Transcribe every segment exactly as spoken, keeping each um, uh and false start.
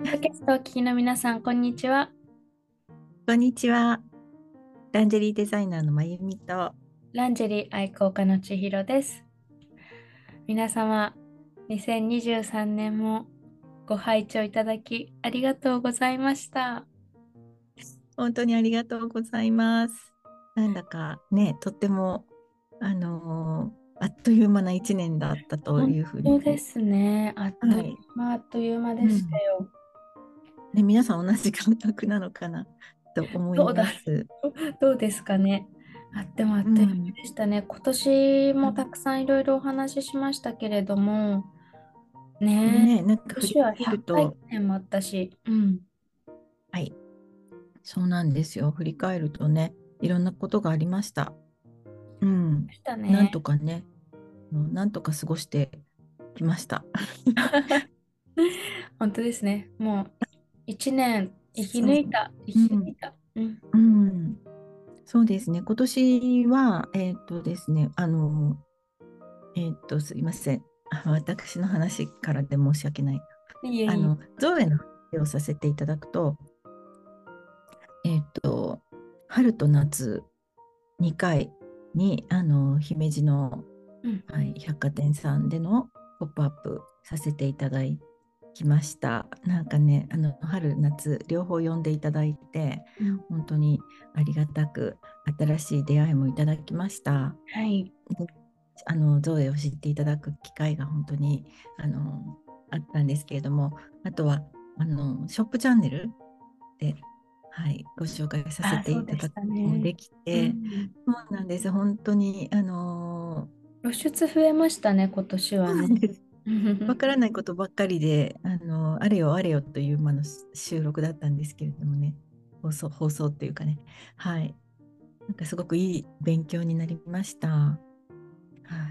ポッドキャストをお聞きの皆さん、こんにちは。 こんにちは。ランジェリーデザイナーのまゆみと、 ランジェリー愛好家の千尋です。皆様、にせんにじゅうさんねんもご拝聴いただきありがとうございました。 本当にありがとうございます。なんだかね、とっても、あのーあっという間な一年だったと本いうふうに。 当ですね。あっというはい。 間、あっという間でしたうん。 よ。 ね、皆さん同じ感覚なのかなと思いどうだます。 ろう。どうですかね。あっともあっという間うん。 でしたね。今年もたうんくさんいろいろお話ししましたけれども、ねえ、 ね、なんか振り今年は100回記返ると、 念もあったし、うん。 はい、そうなんですよ。振り返るとね、いろんなことがありました。うん。 でしたなんね。 とかね、もうなんとか過ごしてきました。 本当ですね。もう一年生きそう。 抜いた、生うん。 き抜いた。うん。 うん。そうですね。今年は、えーっとですね、あの、えーっと、すいません。あ私の話からで申し訳ない。 いえいえ。 あの、ゾウエの話をさせていただくと、えーっと、春と夏にかいに、あの、姫路の、 うん。 はい、百貨店さんでのポップアップさせていただきました。なんかね、あの、春、夏、両方呼んでいただいて、 うん。 本当にありがたく、新しい出会いもいただきました。 はい。 であのゾエを知っていただく機会が本当にあのあったんですけれども、あとはあのショップチャンネルで、はい、ご紹介させあ、 ていただくそうでしたね。 こともできうて、 ん。 そうなんです、本当に、あの露出増えましたね、今年はね。 そうなんです。 うん。 わからないことばっかりで、あの、あれよあれよという間の収録だったんですけれどもね、放送、放送っていうかね、はい、なんかすごくいい勉強になりました。はい。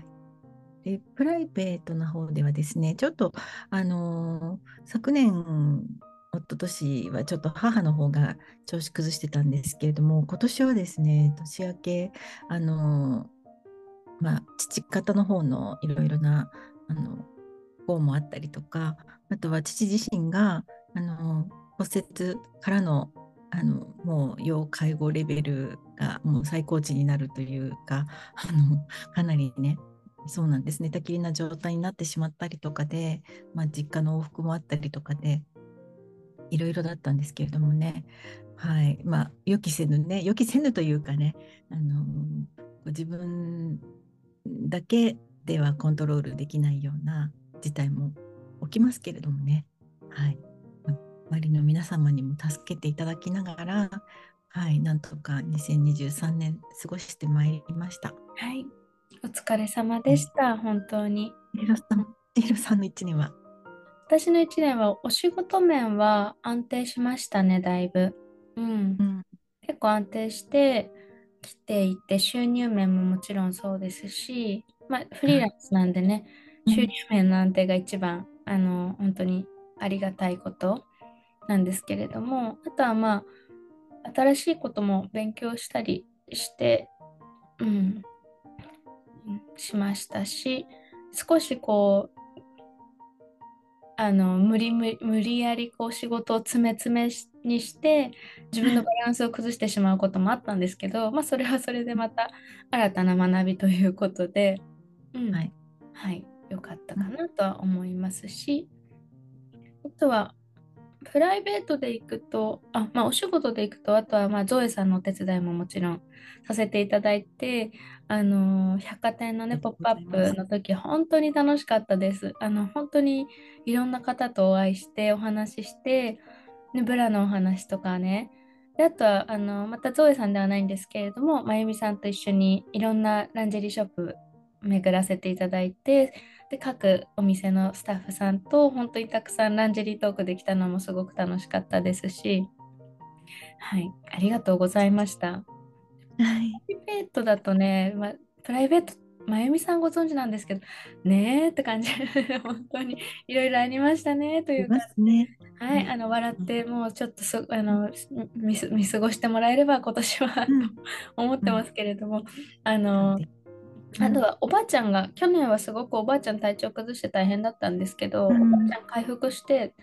で、プライベートな方ではですね、ちょっと、あのー昨年、一昨年はちょっと母の方が調子崩してたんですけれども、今年はですね、年明け、あのーまあ、父方の方のいろいろな、あの、方もあったりとか、あとは父自身が、あの骨折からの、あの、もう要介護レベルがもう最高値になるというか、あの、かなりね、そうなんです。寝たきりな状態になってしまったりとかで、まあ、実家の往復もあったりとかで、いろいろだったんですけれどもね、はい、まあ、予期せぬね、予期せぬというかね、あの、自分だけではコントロールできないような事態も起きますけれどもね、はい、ま周りの皆様にも助けていただきながら、はい、なんとかにせんにじゅうさんねん過ごしてまいりました。 はい。お疲れ様でね、 した、本当に。 ヒロさん、ヒロさんの一年は？ 私の一年はお仕事面は安定しましたね、だいぶ。うん。 うん、 結構安定してきていて、収入面ももちろんそうですし、まあ、フリーランはい、 スなんでね、収入うん、 面の安定が一番、あの、本当にありがたいことなんですけれども、あとはまあ、新しいことも勉強したりして、うん、しましたし、少しこう、あの、無理無理、無理やりこう仕事を詰め詰めしにして、自分のバランスを崩してしまうこともあったんですけど、まあ、それはそれでまた新たな学びということで、うん、 はい、 はい、良かったうん、 かなとは思いますし、あとは、プライベートで行くと、あ、まあ、お仕事で行くと、あとは、まあ、ゾエさんのお手伝いももちろんさせていただいて、あのー百貨店のね、 ありがとうごポップアッざいます。 プの時、本当に楽しかったです。あの、本当にいろんな方とお会いして、お話しして、ね、ブラのお話とかね、で、あとは、あの、またゾエさんではないんですけれども、まゆみさんと一緒にいろんなランジェリーショップ巡らせていただいて、で、各お店のスタッフさんと本当にたくさんランジェリートークできたのもすごく楽しかったですし、はい、ありがとうございました。 はい、 プライベートだとね、ま、プライベート、まゆみさんご存知なんですけど、ねーって感じで、本当にいろいろありましたねといいまう感じで、 すね。 はい、 はい、 あの、笑っうん、 て、もうちょっとす、あの、見す、見過ごしてもらえれば今年はとうん、 思っうん、 てますけれども、あの、 そうです。うん、 あとはおばあちゃんが、去年はすごくおばあちゃん体調崩して大変だったんですけど、おばあちうん、 ゃん回復して、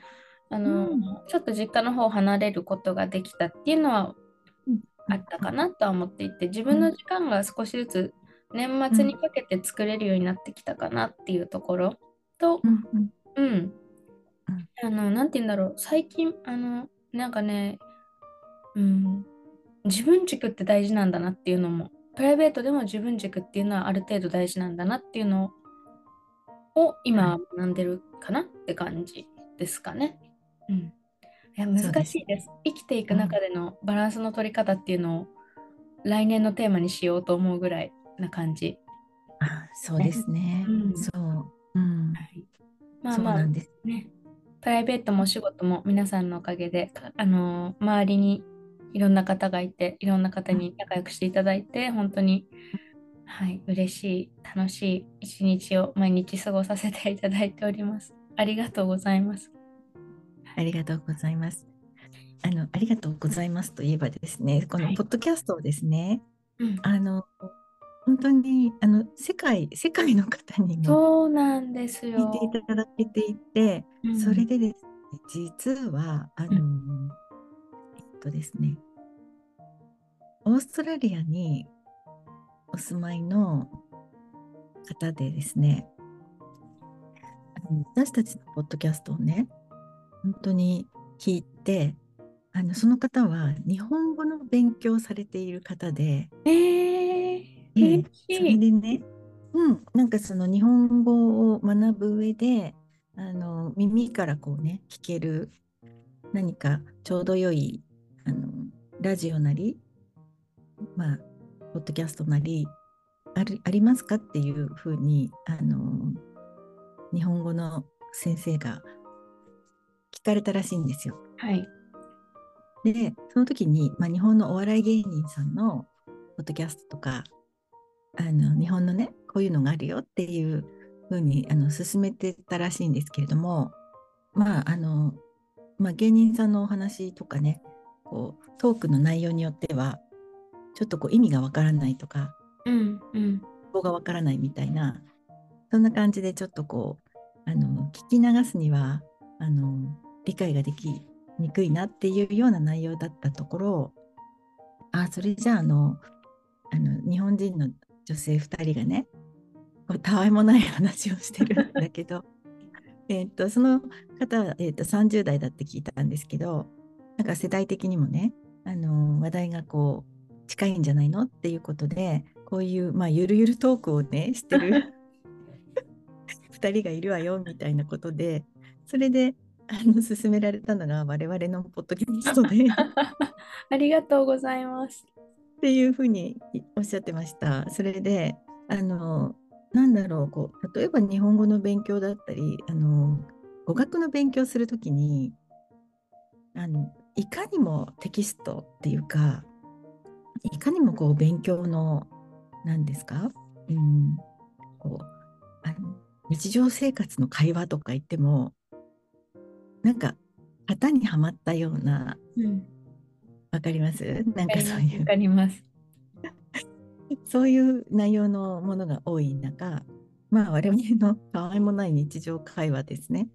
あの、 うん、 ちょっと実家の方を離れることができたっていうのはうん、うあっん、 たかなとは思っていて、自うん、 分の時間が少しずつ年うん、 末にかけて作れるようになってきたかなっていうところと、 うん、うん、 うん、 うん、 あの、なんて言うんだろう、最近、あの、なんかね、うん、自分軸って大事なんだなっていうのも、プライベートでも自分軸っていうのはある程度大事なんだなっていうのを今はい、 学んでるかなって感じですかね。うん。いや、難そうですね。 しいです。生きていくうん、 中でのバランスの取り方っていうのを来年のテーマにしようと思うぐらいな感じ。 あ、そうでね。 すね。 うん。 そう、うん、 はい。まあまあ、 そうなんです。 ね。プライベートもお仕事も皆さんのおかげで、かあのー周りにいろんな方がいて、いろんな方うん、 に仲良くしていただいて、本当に、はい、嬉しい、楽しい一日を毎日過ごさせていただいております。ありがとうございます。 ありがとうございます。あの、ありがとうございますといえばですね、このはい。 ポッドキャストをですね、 うん。 あの、本当に、あの、世界、世界の方にもそうなんです聞いていよ。 ただけていて、そうん。 れでですね、実は、あうん。 の、えっとですね、オーストラリアにお住まいの方でですね、あの私たちのポッドキャストをね、本当に聞いて、あの、その方は日本語の勉強をされている方で、 えー、嬉ええ、それしい。 でね、うん、なんかその日本語を学ぶ上で、あの、耳からこうね、聞ける何かちょうど良い、あの、ラジオなり、まあ、ポッドキャストなり、ある、ありますかっていうふうに、あの、日本語の先生が聞かれたらしいんですよ。 はい。 で、その時に、まあ、日本のお笑い芸人さんのポッドキャストとか、あの日本のね、こういうのがあるよっていうふうにあの進めてたらしいんですけれども、まああのまあ、芸人さんのお話とかね、こうトークの内容によっては、ちょっとこう意味がわからないとか、 うん、うん。 語がわからないみたいな、そんな感じでちょっとこう、あの聞き流すにはあの理解ができにくいなっていうような内容だったところ、あ、それじゃあ、あの、あの日本人の女性ふたりがね、こうたわいもない話をしてるんだけど、えっと、その方は、えっと、さんじゅう代だって聞いたんですけど、なんか世代的にもね、あの話題がこう近いんじゃないのっていうことで、こういう、まあ、ゆるゆるトークをね、してるふたりがいるわよみたいなことで、それであの勧められたのが我々のポッドキャストでありがとうございます。 っていうふうにおっしゃってました。それで、あの、なんだろう、こう、例えば日本語の勉強だったり、あの、語学の勉強するときに、あの、いかにもテキストっていうか、いかにもこう勉強の、なんですか、うん、こう、あの、日常生活の会話とか言っても、なんか、型にはまったような、 うん。 わかりますなんわかります。わかそういうかります。 そういう内容のものが多い中、まあ、我々のたわいもない日常会話ですね。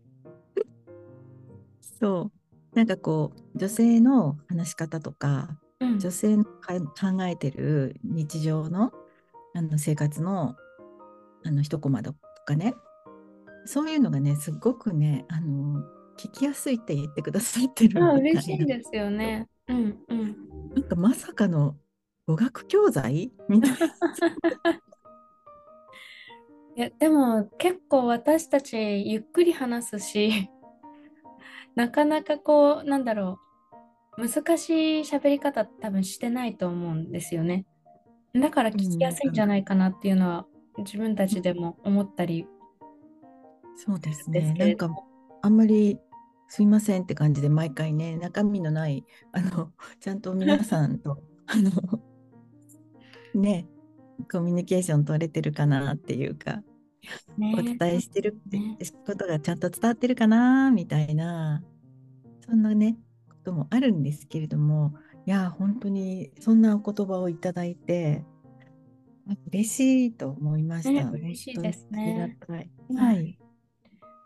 そう。なんかこう、女性の話し方とか、 うん。 女性のか考えてる日常の、あの生活の、あの一コマとかね、そういうのがね、すごくね、あの、聞きやすいって言ってくださってるあ、 みたいなんで嬉しいですよすよ。 ね。うんうん。 なんかまさかの語学教材みたいな。 いや、でも結構私たちゆっくり話すし、なかなかこう、なんだろう、難しい喋り方多分してないと思うんですよね。だから聞うん、 きやすいんなんか、 じゃないかなっていうのは自分たちでも思ったりそうでするんですすね。なんか、 けれども。 あんまりすいませんって感じで、毎回ね、中身のない、あの、ちゃんと皆さんと、あの、ね、コミュニケーション取れてるかなっていうか、おね、そうで伝えしてるってすね。 ことがちゃんと伝わってるかなみたいな、そんなね、こともあるんですけれども、いや、本当にそんなお言葉をいただいて、嬉しいと思いましね、 た。本嬉しいで当にありがすね。 たい。 はい。 はい。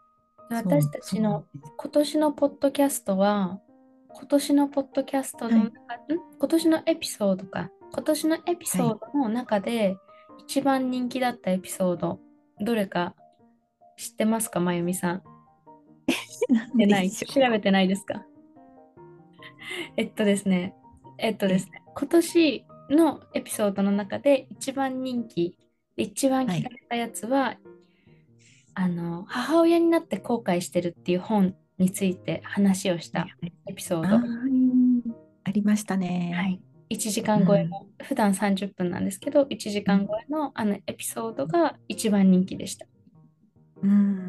私そう、そうなんたちのです。 今年のポッドキャストは、今年のポッドキャストの中、 はい、 ん今年のエピソードか。今年のエピはい。 ソードの中で一番人気だったエピソード、どれか知ってますか、まゆみさん。 なんででない。 しょう。 調べてないですか？えっとですね、えっとでえ、 すね、今年のエピソードの中で一番人気、で一番はい。 聞かれたやつは、あの、母親になって後悔してるっていう本について話をしたはいはい。 エピソーあド。 ー、ありましたね。 はい。いちじかん超えうん。 の、普段さんじゅっぷんなんですけど、1時うん。 間超えのあのエピソードが一番人気でした。 うん。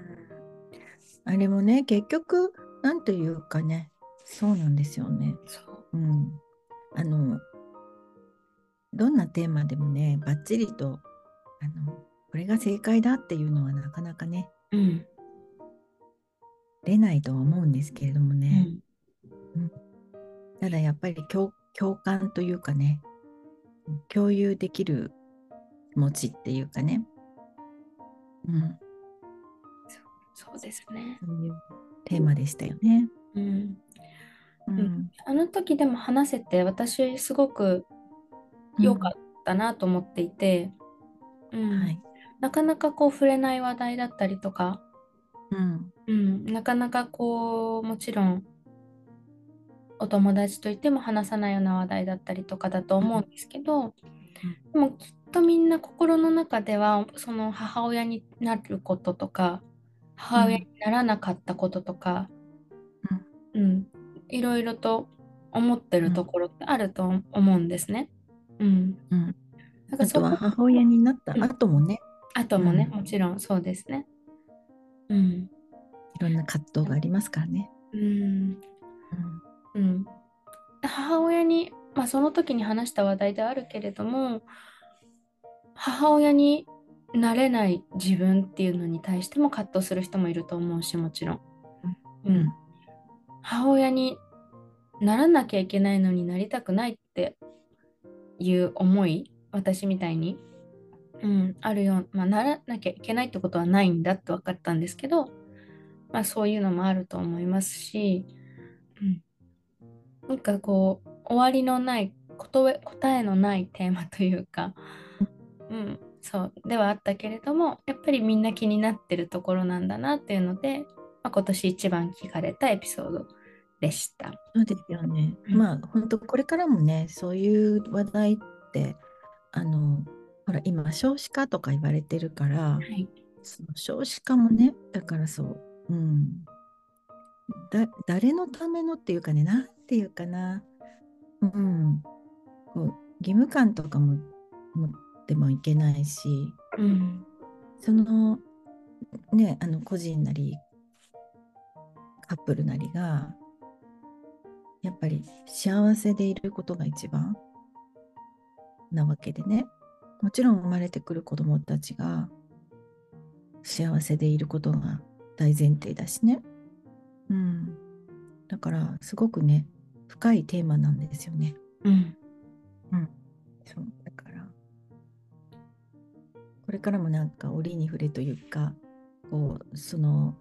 あれもね、結局、なんというかね、そうなんですよね。 そう。 うん。あの、どんなテーマでもね、ばっちりと、あの、これが正解だっていうのはなかなかね、 うん。 出ないとは思うんですけれどもね。 うん。 うん、ただやっぱり共、共感というかね、共有できる気持ちっていうかね、うん、 そうそうですね。 そういうテーマでしたよね。 うん。うん。 うん、 あの時でも話せて、私すごく良かうん、 ったなと思っていて、うん。 はい、 なかなかこう触れない話題だったりとか、 うん、 うん。なかなかこう、もちろんお友達といても話さないような話題だったりとかだとうん、 思うんですけど、 うん、 でもきっとみんな心の中ではその母親になることとか母親にうん、 ならなかったこととか、 うん、 うん、いろいろと思ってるとうん、 ころってあると思うんですね。うん。 うん。あとはなんかそこ、 母親になったうん、 後もね、 あともね、 うん、 もちろんそうですね。うん。 いろんな葛藤がありますからね。 うん。 うん、 うん。母親に、まあその時に話した話題ではあるけれども、母親になれない自分っていうのに対しても葛藤する人もいると思うし、もちろん。 うん、 うん。 うん、 母親にならなきゃいけないのになりたくないっていう思い、私みたいに、うん、あるよう、まあ、ならなきゃいけないってことはないんだって分かったんですけど、まあ、そういうのもあると思いますし、うん、なんかこう、終わりのない、答え、答えのないテーマというか、うん、そうではあったけれども、やっぱりみんな気になってるところなんだなっていうので、まあ、今年一番聞かれたエピソードでした。 そうですよね。 うん、 まあ、本当これからもね、そういう話題って、あの、ほら、今、少子化とか言われてるから、 はい。 その少子化もね、だからそう、うん、だ、誰のためのっていうかね、なんていうかな、うん、こう、義務感とかも持ってもいけないし、 うん、 その、ね、あの、個人なり、カップルなりが、やっぱり幸せでいることが一番なわけでね。もちろん生まれてくる子どもたちが幸せでいることが大前提だしね。うん。だからすごくね、深いテーマなんですよね。 うん、 うん。そう。だから、これからもなんか折に触れというか、こう、その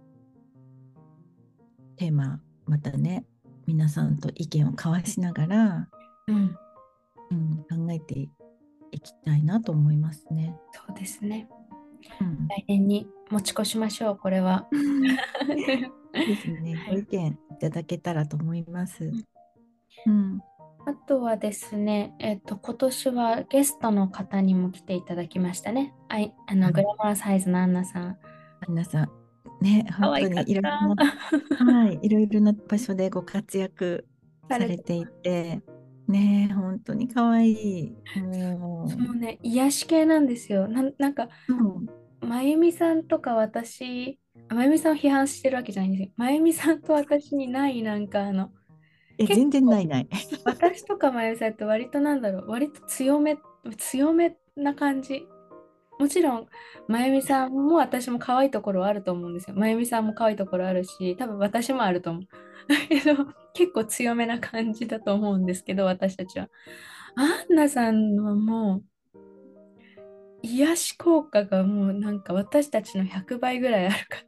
テーマ、またね、皆さんと意見を交わしながら、 うん、 うん、考えていきたいなと思いますね。 そうですね。 うん。 来年に持ち越しましょう、これは。 ですね。 はい。 ご意見いただけたらと思います。うん。 あとはですね、えっと、今年はゲストの方にも来ていただきましたね。あい、あの、グラはい。 マラサイズのアンナさん。 皆さん、ね、本当に可愛かった。 いろいろな、はい、いろいろな場所でご活躍されて、 されていて、ね、本当に可愛い。ももうね、癒し系なんですよ。なん、なんか、 う、うん、 まゆみさんとか私、あまゆみさんを批判してるわけじゃないんですよ。まゆみさんと私にない、なんかあの、 え、 結全然な構、 いない。 私とかまゆみさんって割となんだろう、割と強め、強めな感じ。もちろん、まゆみさんも私も可愛いところはあると思うんですよ。まゆみさんも可愛いところあるし、多分私もあると思う。だけど、結構強めな感じだと思うんですけど、私たちは。アンナさんはもう、癒し効果がもうなんか私たちのひゃくばいぐらいある方。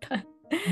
うん。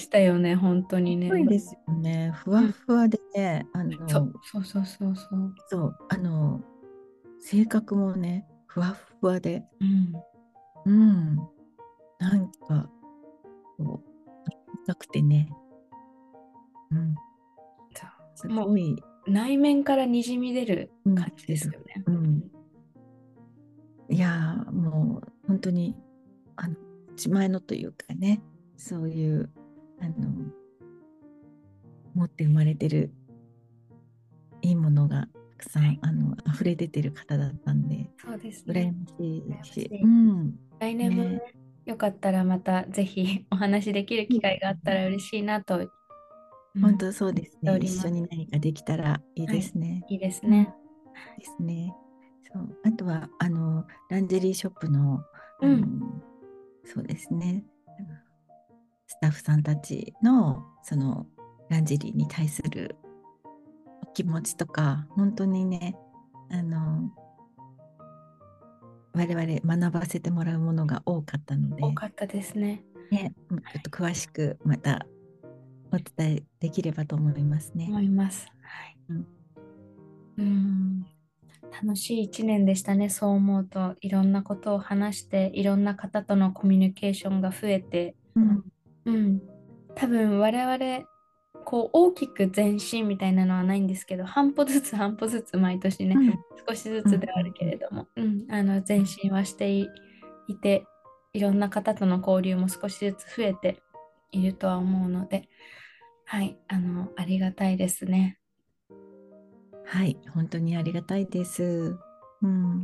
でしたよね、本当にね。 すごいですよね。ふわうん、 ふわでね、あそうの、 そうそうそうそう。 そう、あの、性格もね、ふわふわで、 うん。 うん、なんか、こう、深くてね、うん、すそうもごい、 う内面からにじみ出るうん、 感じで出る。 すよね。 うん。いやー、もう、本当に、あの、自前のというかね、そういう、あの、持って生まれてるいいものがたくさん、あの、溢れ出てる方だったんで、 そうですね。 羨まし羨いし、 ましい。 うん、 来年もね、 ね、 よかったらまたぜひお話できる機会があったら嬉しいなと、うん、思っ本当そうですてね。 おります。 一緒に何かできたらいいはい。 ですね。 いいですうん、 ね。 ですね。そう。あとは、あの、ランジェリーショップの、あうん。 の、そうですね。あのスタッフさんたちの、その、ランジェリーに対するお気持ちとか、本当にね、あの、我々学ばせてもらうものが多かったので、 多かったですね。 ね、もうちょっと詳しくまたお伝えできればと思いますね。 思います。はい。 うん。 うん。楽しい一年でしたね。そう思うと、いろんなことを話して、いろんな方とのコミュニケーションが増えて、 うん。 うん。多分我々、こう大きく前進みたいなのはないんですけど、半歩ずつ半歩ずつ毎年ね、 うん。 少しずうん。 つではあるけうん。 れども、うん、あの前進はしてい、いて、いろんな方との交流も少しずつ増えているとは思うので、はい、あの、ありがたいですね。 はい、本当にありがたいです。うん。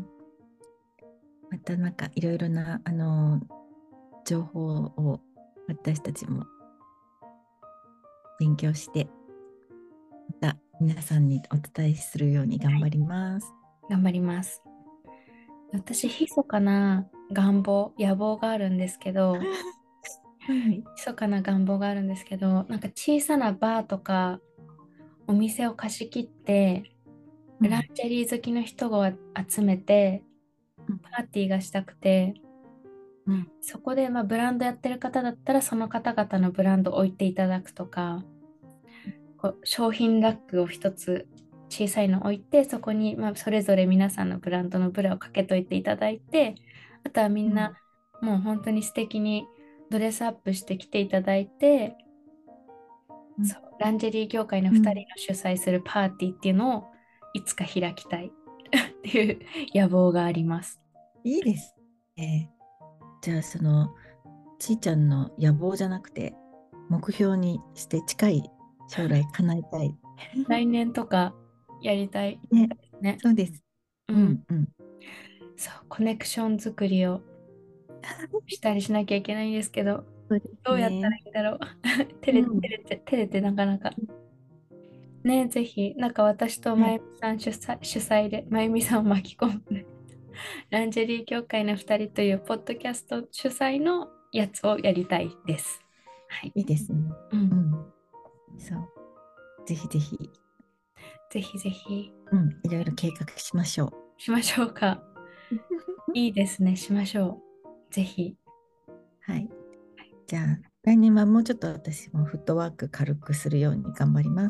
またなんかいろいろな、あの、情報を私たちも勉強して、また皆さんにお伝えするように頑張ります。 頑張ります。私、密かな願望、野望があるんですけど、 はい。 密かな願望があるんですけど、なんか小さなバーとかお店を貸し切って、ランうん。 ジェリー好きの人を集めて、 うん。 パーティーがしたくて、 うん。 そこでまあブランドやってる方だったら、その方々のブランドを置いていただくとか、こう商品ラックを一つ小さいの置いて、そこにまあそれぞれ皆さんのブランドのブラをかけといていただいて、あとはみうん。 んなもう本当に素敵にドレスアップしてきていただいて、 うん。 そうランジェリー業界のうん。 ふたりの主催するパーティーっていうのをいつか開きたいっていう野望があります。 いいですね。じゃあ、その、ちいちゃんの野望じゃなくて、目標にして近い将来叶えたい。 来年とかやりたいね、 ですね。 そうです。 うん。 うんうん。 そう、コネクション作りをしたりしなきゃいけないんですけど、 そうですどうやったらね。 いいんだろう。照れ、照うん。 れて、照れてなかなか。ね、ぜひ、なんか私とまはい。 ゆみさん主催、主催で、まゆみさんを巻き込んで、ランジェリー協会のふたりというポッドキャスト主催のやつをやりたいです。はい。 いいですね。 うん。 うん。そう。ぜひぜひ、 ぜひぜひ、 うん。いろいろ計画しましょしましょうか。 う。 いいですね、しましょう。ぜひ。 はい。じゃあ、来年はもうちょっと私もフットワーク軽くするように頑張ります。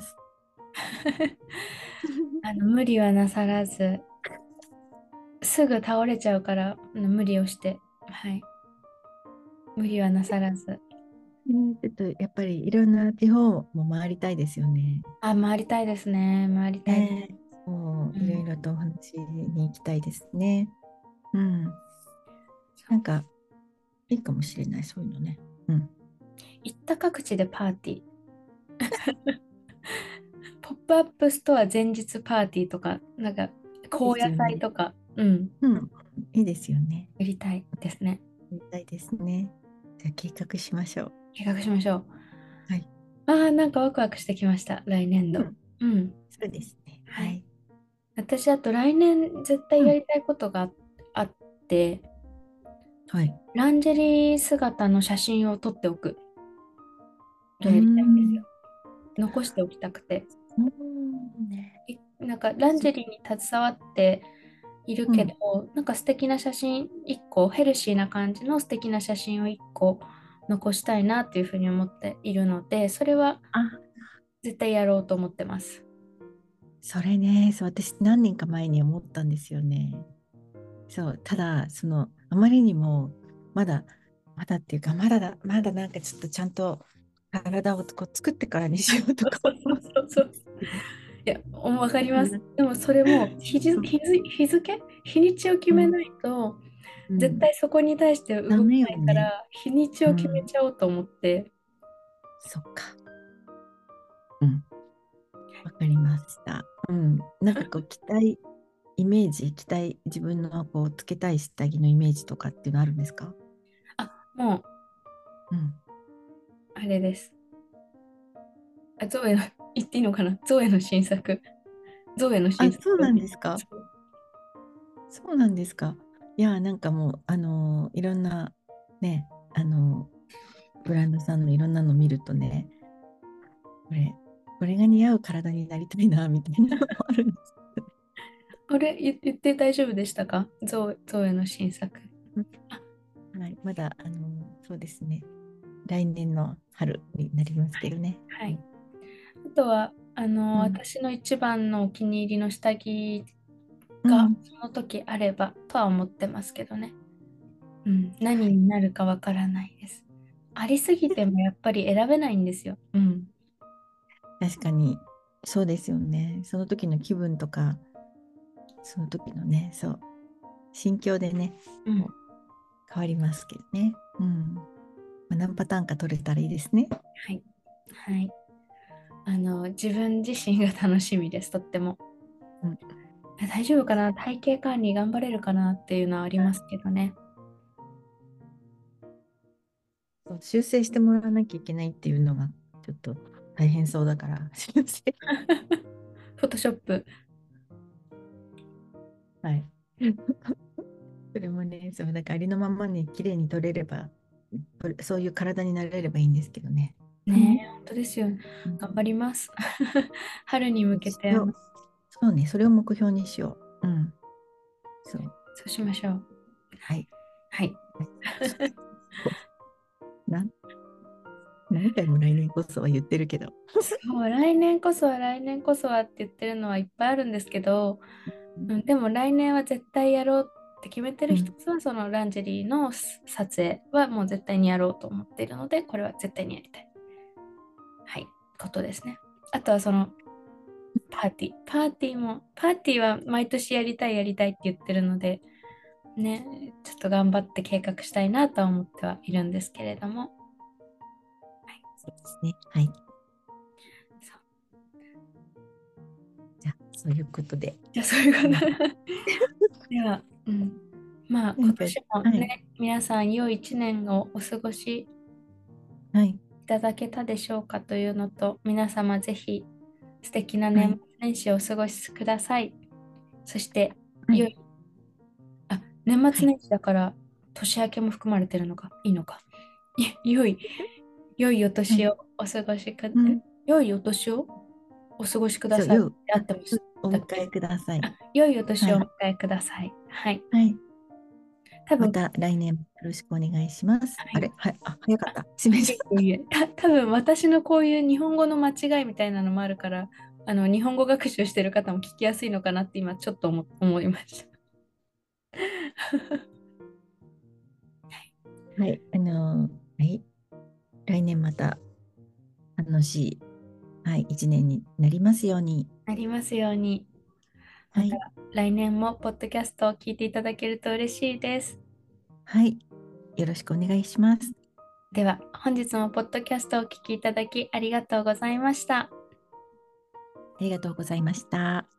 あの、無理はなさらず、すぐ倒れちゃうから、うん無理をして、はい。無理はなさらず。 ね、ちょっとやっぱりいろんな地方も回りたいですよね。 あ、回りたいですね。回りたい。 ね、そう、いろいうん。 ろとお話に行きたいですね。うん。なんか、いいかもしれない、そういうのね。うん。 行った各地でパーティー。ポップアップストア前日パーティーとか、なんか、 いいで高野すよね。 菜とか、うん、 うん。いいですよね。 やりたいですね。 やりたいですね。じゃあ計画しましょう。 計画しましょう。 はい。 ああ、なんかワクワクしてきました、来年度。 うん。 うん。 そうですね。 はい。 はい。 私、あと来年絶対うん。 やりたいことがあって、 はい。 ランジェリー姿の写真を撮っておくうーとやりたいんですん。 よ。残しておきたくて。 うーんね。 いなんかランジェリーに携わっているうん。 けど、なんか素敵な写真いっこ、ヘルシーな感じの素敵な写真をいっこ残したいなっていうふうに思っているので、それはあ、 絶対やろうと思ってます。 それね、そう、私何年か前に思ったんですよね。そう、ただ、その、あまりにも、まだ、まだっていうか、まだだ、まだなんかちょっとちゃんと体をこう作ってからにしようとかそうそうそうそう。いや、わかります。 うんでもそれも日付、 そう日付、日付日にちを決うんめないと、絶うん対そこに対して動かなダメよね。 いから、日にちを決めうん、 ちゃおうと思って、 そっか。うん、わかりました。うん、なんかこう、着たいイメージ、着たい自分のこう、つけたい下着のイメージとかっていうのあるんですか？ あ、もう、 うん。 あれです。あ、ゾエの、言っていいのかな、ゾエの新作。ゾエのあ、 新作。 そうなんですか。 そう。 そうなんですか。いや、なんかもう、あのーいろんな、ね、あのーブランドさんのいろんなの見るとね、これ、これが似合う体になりたいな、みたいなのもあるんです。 あれ、言言って大丈夫でしたか、ゾエ、ゾエの新作。あ、 はい、まだ、あのーそうですね、来年の春になりますけどね。 はい。あとは、あの、 うん。 私の一番のお気に入りの下着がうん。 その時あればとは思ってますけどね。うん、何はい。 になるかわからないです。ありすぎてもやっぱり選べないんですよ。うん。 確かに、そうですよね。その時の気分とか、その時のね、そう、心境でね、 うん。 こう変わりますけどね。うん。まあ、何パターンか取れたらいいですね。 はい。はい。あの、自分自身が楽しみです、とっても。 うん。 大丈夫かな、体型管理頑張れるかなっていうのはありますけどね。 そう修正してもらわなきゃいけないっていうのがちょっと大変そうだから、修正。 フォトショップ。 はい。それもね、そう、なんかありのままに綺麗に取れれば、これそういう体になれればいいんですけどね。うん。 ねえ、本当ですよ。頑張ります。春に向けて、 それを、そうね、それを目標にしよう。うん。そう。 そうしましょう。 はい。 はい。 はい。な何回も来年こそは言ってるけど。 そう、来年こそは、来年こそはって言ってるのはいっぱいあるんですけど、うん、でも来年は絶対やろうって決めてる一うん。 つは、そのランジェリーの撮影はもう絶対にやろうと思っているので、これは絶対にやりたい。はい、ことですね。あとはそのパーティー。パーティーも、パーティーは毎年やりたいやりたいって言ってるので、ね、ちょっと頑張って計画したいなとは思ってはいるんですけれども。はい、 そうですね。はい。 そう。 じゃあ、そういうことで。 じゃあそういううん。 ことでは、うん。まあ、 なんか、 今年もはい。 ね、皆さん良い一年をお過ごしはい。 いただけたでしょうかというのと、皆様ぜひ素敵な年はい。 末年始をお過ごしください。そして、 はい。 良い、あ、年はい。 末年始だから年明けも含まれてるのか、いいのか。い良い、良いおはい。 年をお過ごしく、んうん。 良いお年をお過ごしくだそう、 さいっよう、あ、 てあってましおたっけ？ 迎えください。 あ、良いお年をお迎はい。 えください。はい。 はい。 多分、 また来年もよろしくお願いします。 はい。 あれ、はい、あ、早かった。閉めちゃいえいえ、た、多分私のこういう日本語の間違いみたいなのもあるから、あの、日本語学習してる方も聞きやすいのかなって今ちょっと思、思いました。 う。はい。あのーはい。来年また楽しい、はい、一年になりますように。 ありますように。またはい。 来年もポッドキャストを聞いていただけると嬉しいです。 はい。よろしくお願いします。 では、本日もポッドキャストをお聞きいただきありがとうございました。 ありがとうございました。